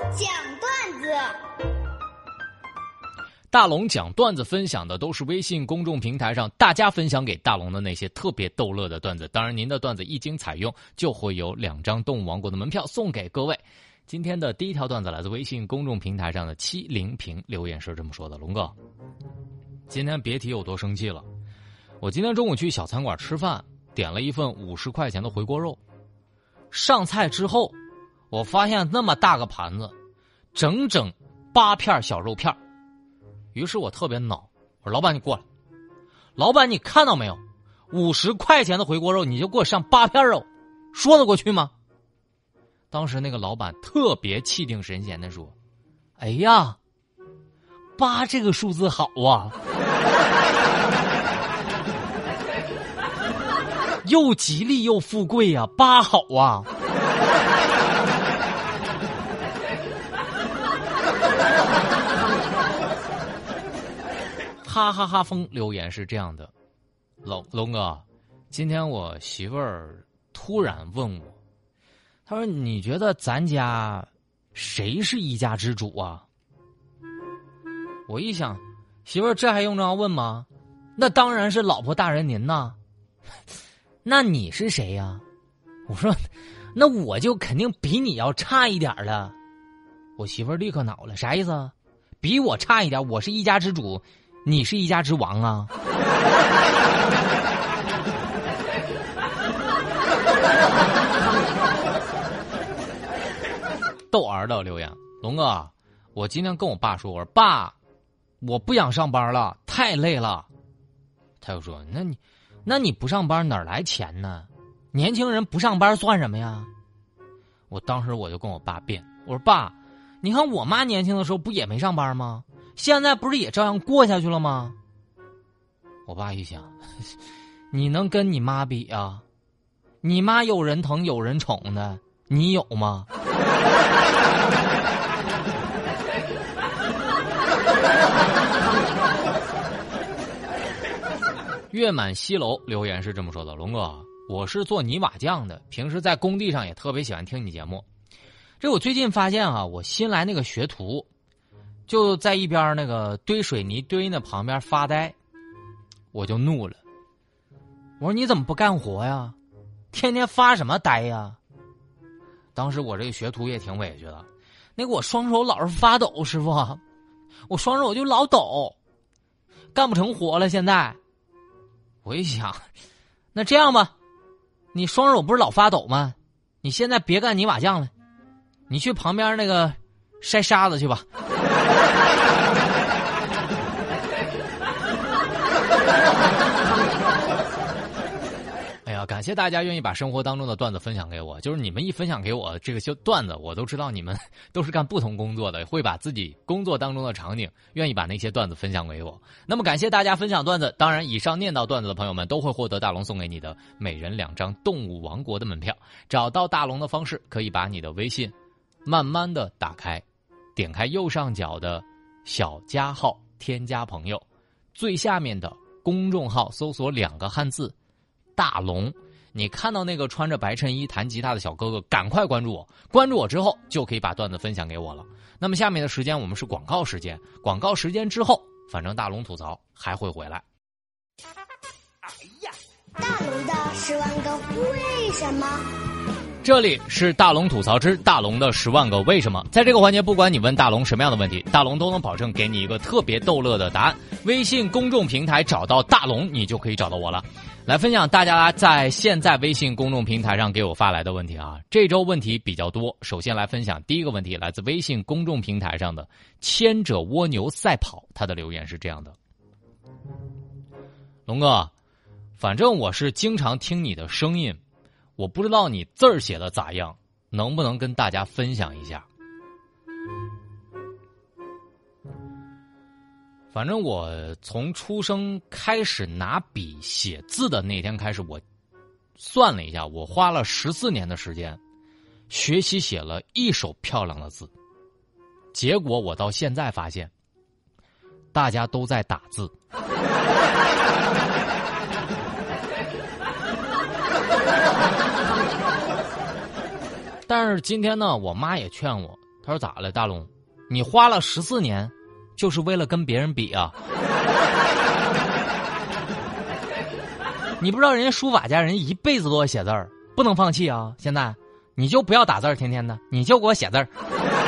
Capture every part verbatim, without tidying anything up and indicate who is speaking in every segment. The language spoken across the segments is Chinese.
Speaker 1: 讲段子。
Speaker 2: 大龙讲段子分享的都是微信公众平台上大家分享给大龙的那些特别逗乐的段子，当然您的段子一经采用就会有两张动物王国的门票送给各位。今天的第一条段子来自微信公众平台上的七零平留言是这么说的：龙哥，今天别提有多生气了，我今天中午去小餐馆吃饭，点了一份五十块钱的回锅肉，上菜之后我发现那么大个盘子整整八片小肉片，于是我特别恼，我说老板你过来，老板你看到没有，五十块钱的回锅肉你就给我上八片肉，说得过去吗？当时那个老板特别气定神闲地说，哎呀，八这个数字好啊，又吉利又富贵啊，八好啊。哈哈哈风留言是这样的：龙龙哥，今天我媳妇儿突然问我，她说你觉得咱家谁是一家之主啊？我一想，媳妇儿这还用着要问吗？那当然是老婆大人您呐。那你是谁呀？我说那我就肯定比你要差一点了。我媳妇儿立刻恼了，啥意思啊？比我差一点，我是一家之主，你是一家之王啊。逗儿的留言：龙哥，我今天跟我爸说，我说爸，我不想上班了，太累了。他又说，那你那你不上班哪儿来钱呢？年轻人不上班算什么呀？我当时我就跟我爸辩，我说爸，你看我妈年轻的时候不也没上班吗？现在不是也照样过下去了吗？我爸一想，你能跟你妈比啊？你妈有人疼有人宠的，你有吗？月满西楼留言是这么说的：龙哥，我是做泥瓦匠的，平时在工地上也特别喜欢听你节目。这我最近发现啊，我新来那个学徒就在一边那个堆水泥堆那旁边发呆，我就怒了，我说你怎么不干活呀？天天发什么呆呀？当时我这个学徒也挺委屈的，那个我双手老是发抖，师傅，我双手就老抖，干不成活了。现在我一想，那这样吧，你双手不是老发抖吗？你现在别干泥瓦匠了，你去旁边那个筛沙子去吧。哎呀，感谢大家愿意把生活当中的段子分享给我，就是你们一分享给我这个些段子，我都知道你们都是干不同工作的，会把自己工作当中的场景愿意把那些段子分享给我。那么感谢大家分享段子，当然以上念到段子的朋友们都会获得大龙送给你的每人两张动物王国的门票。找到大龙的方式，可以把你的微信慢慢的打开，点开右上角的小加号添加朋友，最下面的公众号搜索两个汉字大龙，你看到那个穿着白衬衣弹吉他的小哥哥，赶快关注我，关注我之后就可以把段子分享给我了。那么下面的时间我们是广告时间，广告时间之后反正大龙吐槽还会回来。
Speaker 1: 哎呀，大龙的十万个为什么。
Speaker 2: 这里是大龙吐槽之大龙的十万个为什么。在这个环节，不管你问大龙什么样的问题，大龙都能保证给你一个特别逗乐的答案。微信公众平台找到大龙，你就可以找到我了。来分享大家在现在微信公众平台上给我发来的问题啊，这周问题比较多。首先来分享第一个问题，来自微信公众平台上的牵着蜗牛赛跑，他的留言是这样的：龙哥，反正我是经常听你的声音，我不知道你字儿写的咋样，能不能跟大家分享一下？反正我从出生开始拿笔写字的那天开始，我算了一下，我花了十四年的时间学习写了一手漂亮的字。结果我到现在发现，大家都在打字。但是今天呢，我妈也劝我， 他说咋了，大龙？你花了十四年，就是为了跟别人比啊？你不知道人家书法家人一辈子都在写字儿，不能放弃啊！现在你就不要打字儿，天天的，你就给我写字儿。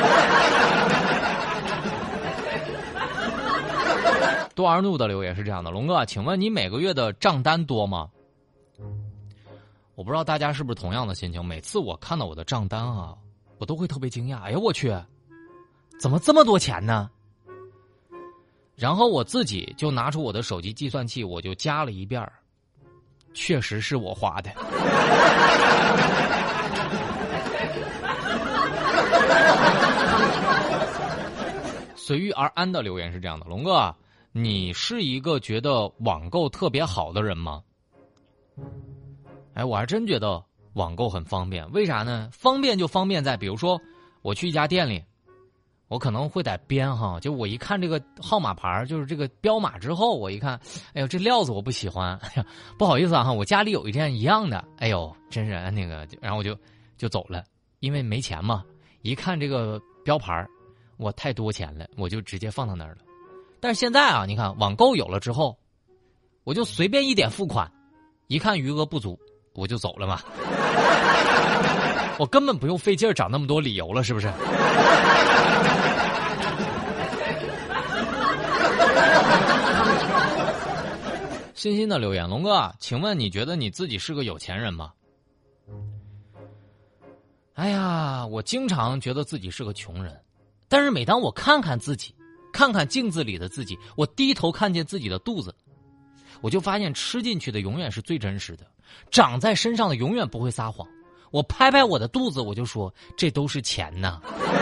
Speaker 2: 多尔怒的留言是这样的：龙哥，请问你每个月的账单多吗？我不知道大家是不是同样的心情，每次我看到我的账单啊，我都会特别惊讶，哎呀我去，怎么这么多钱呢？然后我自己就拿出我的手机计算器，我就加了一遍，确实是我花的。随遇而安的留言是这样的：龙哥，你是一个觉得网购特别好的人吗？哎，我还真觉得网购很方便。为啥呢？方便就方便在，比如说我去一家店里，我可能会得编哈，就我一看这个号码牌，就是这个标码之后，我一看，哎呦，这料子我不喜欢，哎呀，不好意思啊哈，我家里有一件一样的，哎呦，真是那个，然后我就就走了，因为没钱嘛。一看这个标牌，我太多钱了，我就直接放到那儿了。但是现在啊，你看网购有了之后，我就随便一点付款，一看余额不足，我就走了嘛。我根本不用费劲儿找那么多理由了，是不是？欣欣的留言：龙哥，请问你觉得你自己是个有钱人吗？哎呀，我经常觉得自己是个穷人，但是每当我看看自己，看看镜子里的自己，我低头看见自己的肚子，我就发现吃进去的永远是最真实的，长在身上的永远不会撒谎。我拍拍我的肚子，我就说这都是钱呐。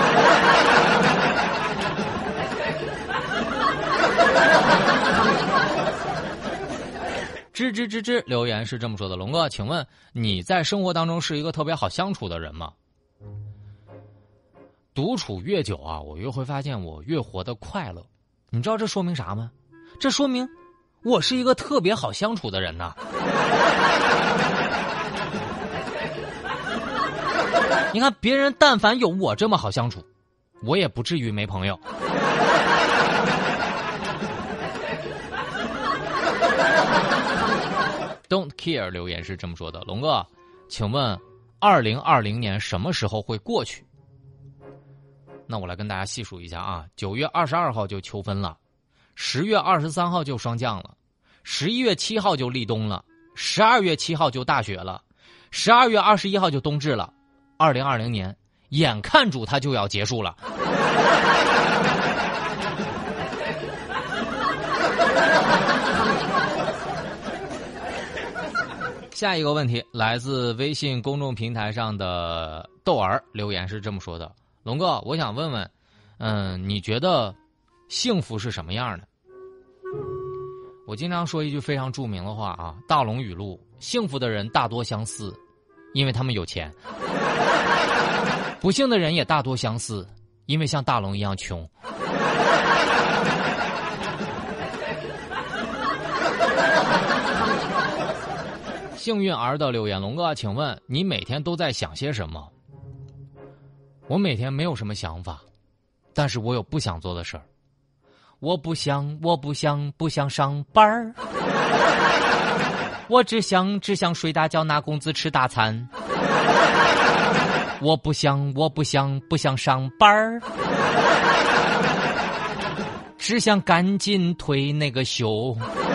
Speaker 2: 吱吱吱吱留言是这么说的：龙哥，请问你在生活当中是一个特别好相处的人吗？独处越久啊，我越会发现我越活得快乐。你知道这说明啥吗？这说明我是一个特别好相处的人呐。你看别人但凡有我这么好相处，我也不至于没朋友。Don't care 留言是这么说的：龙哥，请问二零二零年什么时候会过去？那我来跟大家细数一下啊，九月二十二号就秋分了，十月二十三号就霜降了，十一月七号就立冬了，十二月七号就大雪了，十二月二十一号就冬至了。二零二零年眼看住它就要结束了。下一个问题来自微信公众平台上的豆儿留言是这么说的：龙哥，我想问问，嗯，你觉得幸福是什么样的？我经常说一句非常著名的话啊，大龙语录：幸福的人大多相似，因为他们有钱；不幸的人也大多相似，因为像大龙一样穷。幸运儿的留言：龙哥，请问你每天都在想些什么？我每天没有什么想法，但是我有不想做的事儿。我不想，我不想，不想上班儿。我只想，只想睡大觉，拿工资吃大餐。我不想，我不想，不想上班儿。只想赶紧退那个休。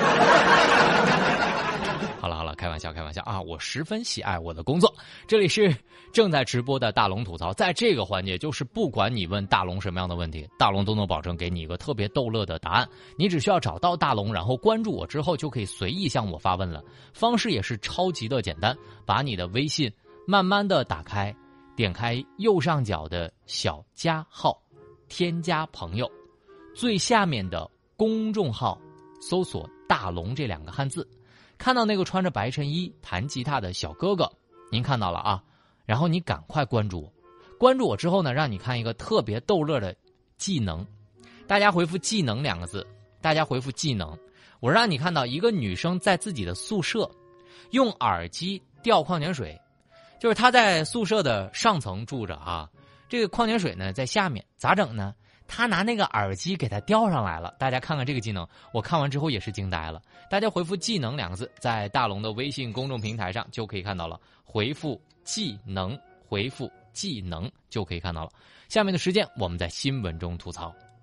Speaker 2: 好了好了，开玩笑开玩笑啊！我十分喜爱我的工作。这里是正在直播的大龙吐槽，在这个环节，就是不管你问大龙什么样的问题，大龙都能保证给你一个特别逗乐的答案。你只需要找到大龙，然后关注我之后，就可以随意向我发问了。方式也是超级的简单，把你的微信慢慢的打开，点开右上角的小加号，添加朋友，最下面的公众号搜索大龙这两个汉字，看到那个穿着白衬衣弹吉他的小哥哥，您看到了啊，然后你赶快关注我。关注我之后呢，让你看一个特别逗乐的技能。大家回复技能两个字，大家回复技能，我让你看到一个女生在自己的宿舍用耳机吊矿泉水，就是她在宿舍的上层住着啊， 这个矿泉水呢在下面，咋整呢？他拿那个耳机给它吊上来了。大家看看这个技能，我看完之后也是惊呆了。大家回复技能两个字，在大龙的微信公众平台上就可以看到了，回复技能，回复技能就可以看到了。下面的时间我们在新闻中吐槽。